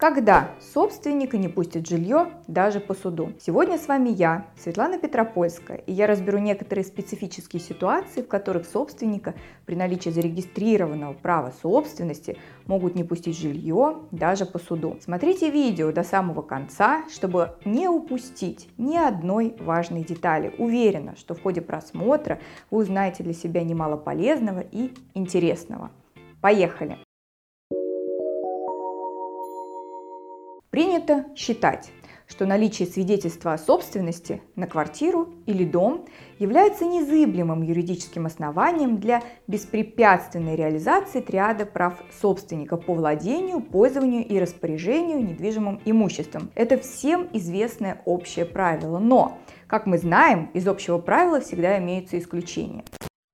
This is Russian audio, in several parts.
Когда собственник не пустит жилье даже по суду? Сегодня с вами я, Светлана Петропольская, и я разберу некоторые специфические ситуации, в которых собственника при наличии зарегистрированного права собственности могут не пустить жилье даже по суду. Смотрите видео до самого конца, чтобы не упустить ни одной важной детали. Уверена, что в ходе просмотра вы узнаете для себя немало полезного и интересного. Поехали! Принято считать, что наличие свидетельства о собственности на квартиру или дом является незыблемым юридическим основанием для беспрепятственной реализации триады прав собственника по владению, пользованию и распоряжению недвижимым имуществом. Это всем известное общее правило, но, как мы знаем, из общего правила всегда имеются исключения.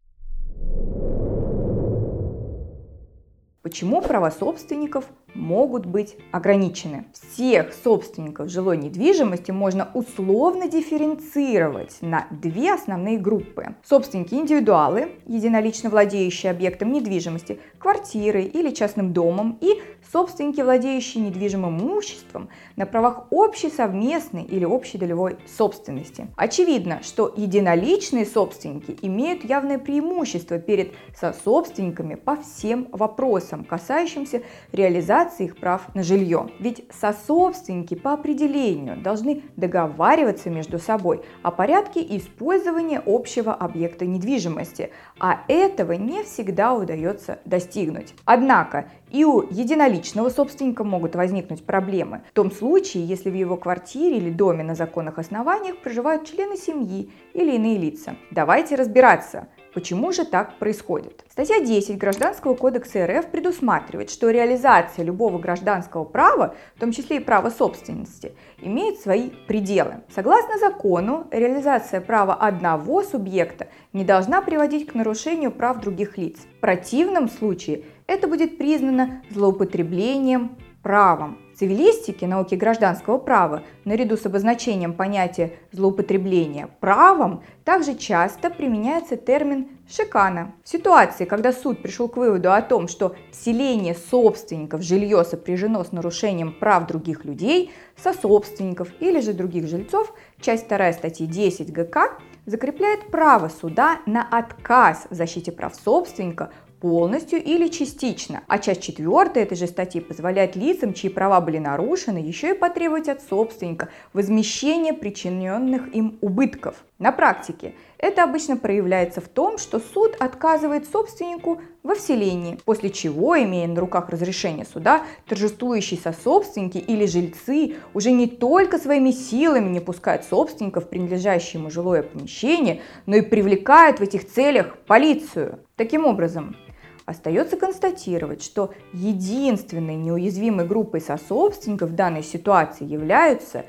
Почему права собственников могут быть ограничены? Всех собственников жилой недвижимости можно условно дифференцировать на две основные группы. Собственники-индивидуалы, единолично владеющие объектом недвижимости, квартирой или частным домом, и собственники, владеющие недвижимым имуществом на правах общей совместной или общей долевой собственности. Очевидно, что единоличные собственники имеют явное преимущество перед сособственниками по всем вопросам, касающимся реализации их прав на жилье. Ведь сособственники по определению должны договариваться между собой о порядке использования общего объекта недвижимости, а этого не всегда удается достигнуть. Однако и у единоличного собственника могут возникнуть проблемы в том случае, если в его квартире или доме на законных основаниях проживают члены семьи или иные лица. Давайте разбираться. Почему же так происходит? Статья 10 Гражданского кодекса РФ предусматривает, что реализация любого гражданского права, в том числе и права собственности, имеет свои пределы. Согласно закону, реализация права одного субъекта не должна приводить к нарушению прав других лиц. В противном случае это будет признано злоупотреблением правом. В цивилистике, науки гражданского права, наряду с обозначением понятия злоупотребления правом, также часто применяется термин шикана. В ситуации, когда суд пришел к выводу о том, что вселение собственников в жилье сопряжено с нарушением прав других людей, сособственников или же других жильцов, часть 2 статьи 10 ГК закрепляет право суда на отказ в защите прав собственника полностью или частично, а часть 4 этой же статьи позволяет лицам, чьи права были нарушены, еще и потребовать от собственника возмещения причиненных им убытков. На практике это обычно проявляется в том, что суд отказывает собственнику во вселении, после чего, имея на руках разрешение суда, торжествующие сособственники или жильцы уже не только своими силами не пускают собственников в принадлежащее ему жилое помещение, но и привлекают в этих целях полицию. Таким образом, остается констатировать, что единственной неуязвимой группой сособственников в данной ситуации являются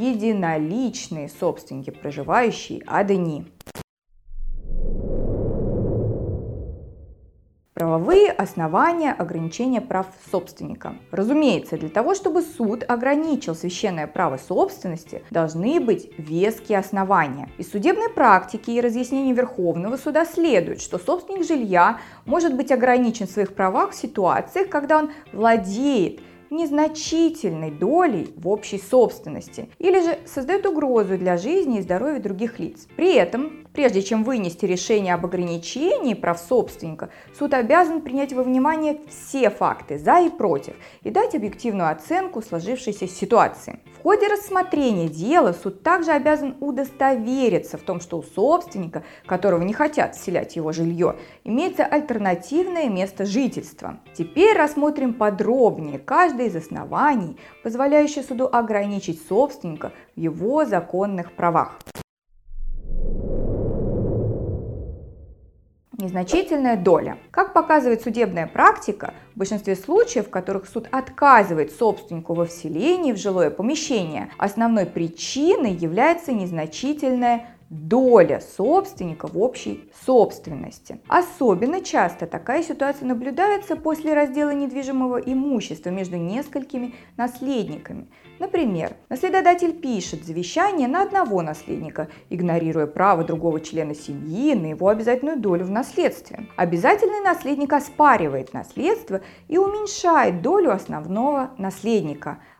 единоличные собственники, проживающие одни. Правовые основания ограничения прав собственника. Разумеется, для того, чтобы суд ограничил священное право собственности, должны быть веские основания. Из судебной практики и разъяснений Верховного суда следует, что собственник жилья может быть ограничен в своих правах в ситуациях, когда он владеет незначительной долей в общей собственности или же создает угрозу для жизни и здоровья других лиц. При этом, прежде чем вынести решение об ограничении прав собственника, суд обязан принять во внимание все факты за и против и дать объективную оценку сложившейся ситуации. В ходе рассмотрения дела суд также обязан удостовериться в том, что у собственника, которого не хотят вселять в его жилье, имеется альтернативное место жительства. Теперь рассмотрим подробнее каждое из оснований, позволяющих суду ограничить собственника в его законных правах. Незначительная доля. Как показывает судебная практика, в большинстве случаев, в которых суд отказывает собственнику во вселении в жилое помещение, основной причиной является незначительная доля собственника в общей собственности. Особенно часто такая ситуация наблюдается после раздела недвижимого имущества между несколькими наследниками. Например, наследодатель пишет завещание на одного наследника, игнорируя право другого члена семьи на его обязательную долю в наследстве. Обязательный наследник оспаривает наследство и уменьшает долю основного наследника,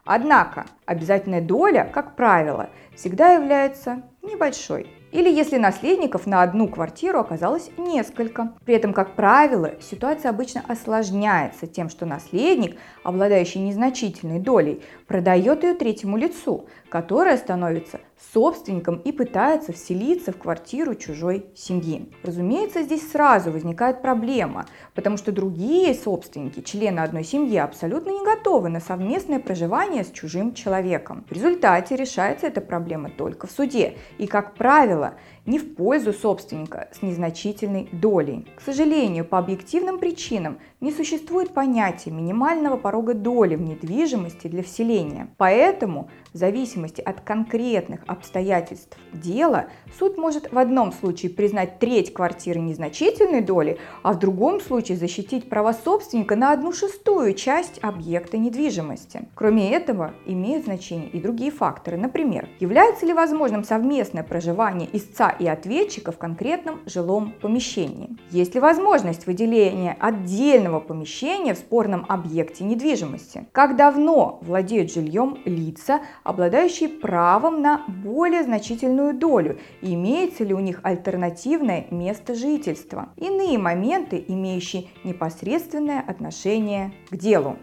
Однако обязательная доля, как правило, всегда является небольшой. Или если наследников на одну квартиру оказалось несколько. При этом, как правило, ситуация обычно осложняется тем, что наследник, обладающий незначительной долей, продает ее третьему лицу, которое становится собственником и пытается вселиться в квартиру чужой семьи. Разумеется, здесь сразу возникает проблема, потому что другие собственники, члены одной семьи, абсолютно не готовы на совместное проживание с чужим человеком. В результате решается эта проблема только в суде и, как правило, не в пользу собственника с незначительной долей. К сожалению, по объективным причинам не существует понятия минимального порога доли в недвижимости для вселения. Поэтому, в зависимости от конкретных обстоятельств дела, суд может в одном случае признать треть квартиры незначительной долей, а в другом случае защитить права собственника на 1/6 часть объекта недвижимости. Кроме этого, имеют значение и другие факторы. Например, является ли возможным совместное проживание истца и ответчика в конкретном жилом помещении? Есть ли возможность выделения отдельного помещения в спорном объекте недвижимости? Как давно владеют жильем лица, обладающие правом на более значительную долю, и имеется ли у них альтернативное место жительства? Иные моменты, имеющие непосредственное отношение к делу.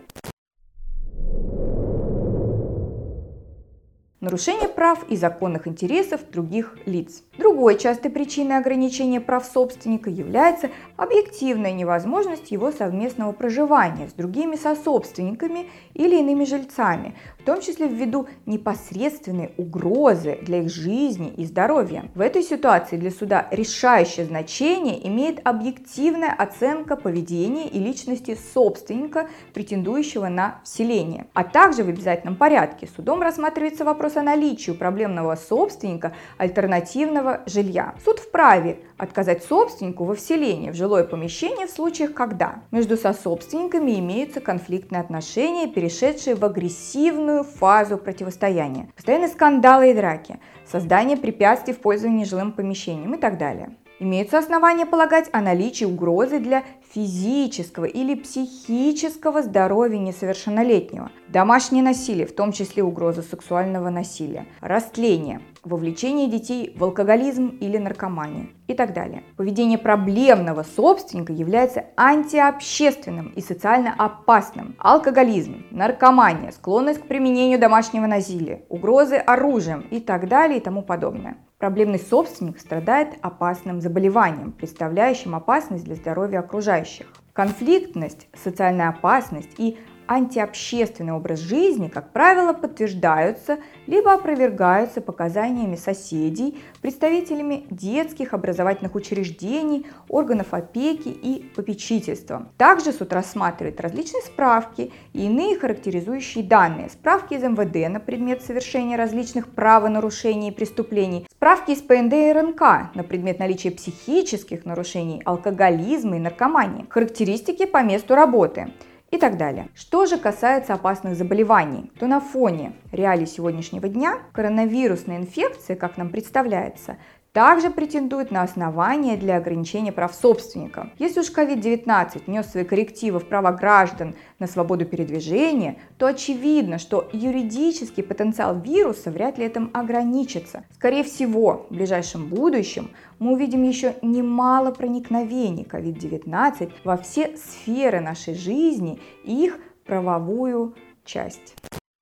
Нарушение прав и законных интересов других лиц. Другой частой причиной ограничения прав собственника является объективная невозможность его совместного проживания с другими сособственниками или иными жильцами, в том числе ввиду непосредственной угрозы для их жизни и здоровья. В этой ситуации для суда решающее значение имеет объективная оценка поведения и личности собственника, претендующего на вселение. А также в обязательном порядке судом рассматривается вопрос о наличии у проблемного собственника альтернативного жилья. Суд вправе отказать собственнику во вселении в жилое помещение в случаях, когда между сособственниками имеются конфликтные отношения, перешедшие в агрессивную фазу противостояния, постоянные скандалы и драки, создание препятствий в пользовании жилым помещением и так далее. Имеются основания полагать о наличии угрозы для физического или психического здоровья несовершеннолетнего, домашнее насилие, в том числе угроза сексуального насилия, растление, вовлечение детей в алкоголизм или наркоманию и так далее. Поведение проблемного собственника является антиобщественным и социально опасным. Алкоголизм, наркомания, склонность к применению домашнего насилия, угрозы оружием и так далее и тому подобное. Проблемный собственник страдает опасным заболеванием, представляющим опасность для здоровья окружающих. Конфликтность, социальная опасность и антиобщественный образ жизни, как правило, подтверждаются либо опровергаются показаниями соседей, представителями детских образовательных учреждений, органов опеки и попечительства. Также суд рассматривает различные справки и иные характеризующие данные. Справки из МВД на предмет совершения различных правонарушений и преступлений, справки из ПНД и РНК на предмет наличия психических нарушений, алкоголизма и наркомании, характеристики по месту работы и так далее. Что же касается опасных заболеваний, то на фоне реалий сегодняшнего дня коронавирусная инфекция, как нам представляется, также претендует на основания для ограничения прав собственника. Если уж COVID-19 внес свои коррективы в права граждан на свободу передвижения, то очевидно, что юридический потенциал вируса вряд ли этим ограничится. Скорее всего, в ближайшем будущем мы увидим еще немало проникновений COVID-19 во все сферы нашей жизни и их правовую часть.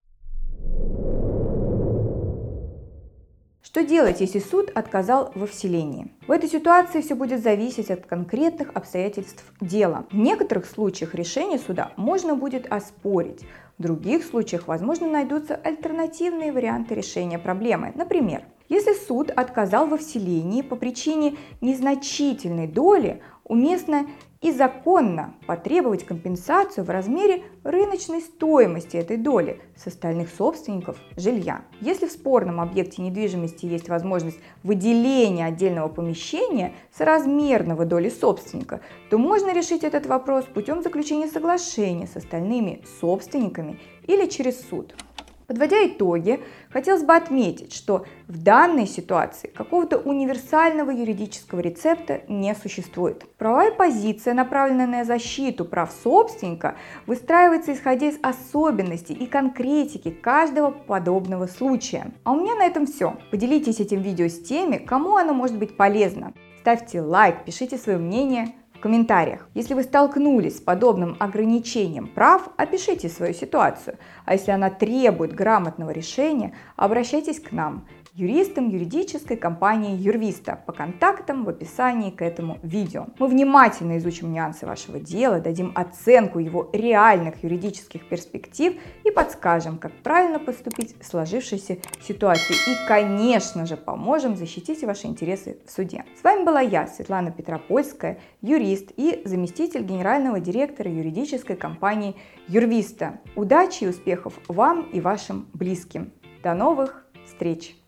Что делать, если суд отказал во вселении? В этой ситуации все будет зависеть от конкретных обстоятельств дела. В некоторых случаях решение суда можно будет оспорить. В других случаях, возможно, найдутся альтернативные варианты решения проблемы. Например, если суд отказал во вселении по причине незначительной доли, уместно и законно потребовать компенсацию в размере рыночной стоимости этой доли с остальных собственников жилья. Если в спорном объекте недвижимости есть возможность выделения отдельного помещения соразмерного доли собственника, то можно решить этот вопрос путем заключения соглашения с остальными собственниками или через суд. Подводя итоги, хотелось бы отметить, что в данной ситуации какого-то универсального юридического рецепта не существует. Правовая позиция, направленная на защиту прав собственника, выстраивается исходя из особенностей и конкретики каждого подобного случая. А у меня на этом все. Поделитесь этим видео с теми, кому оно может быть полезно. Ставьте лайк, пишите свое мнение в комментариях. Если вы столкнулись с подобным ограничением прав, опишите свою ситуацию. А если она требует грамотного решения, обращайтесь к нам, юристам юридической компании Юрвиста, по контактам в описании к этому видео. Мы внимательно изучим нюансы вашего дела, дадим оценку его реальных юридических перспектив и подскажем, как правильно поступить в сложившейся ситуации. И, конечно же, поможем защитить ваши интересы в суде. С вами была я, Светлана Петропольская, юрист и заместитель генерального директора юридической компании Юрвиста. Удачи и успехов вам и вашим близким. До новых встреч!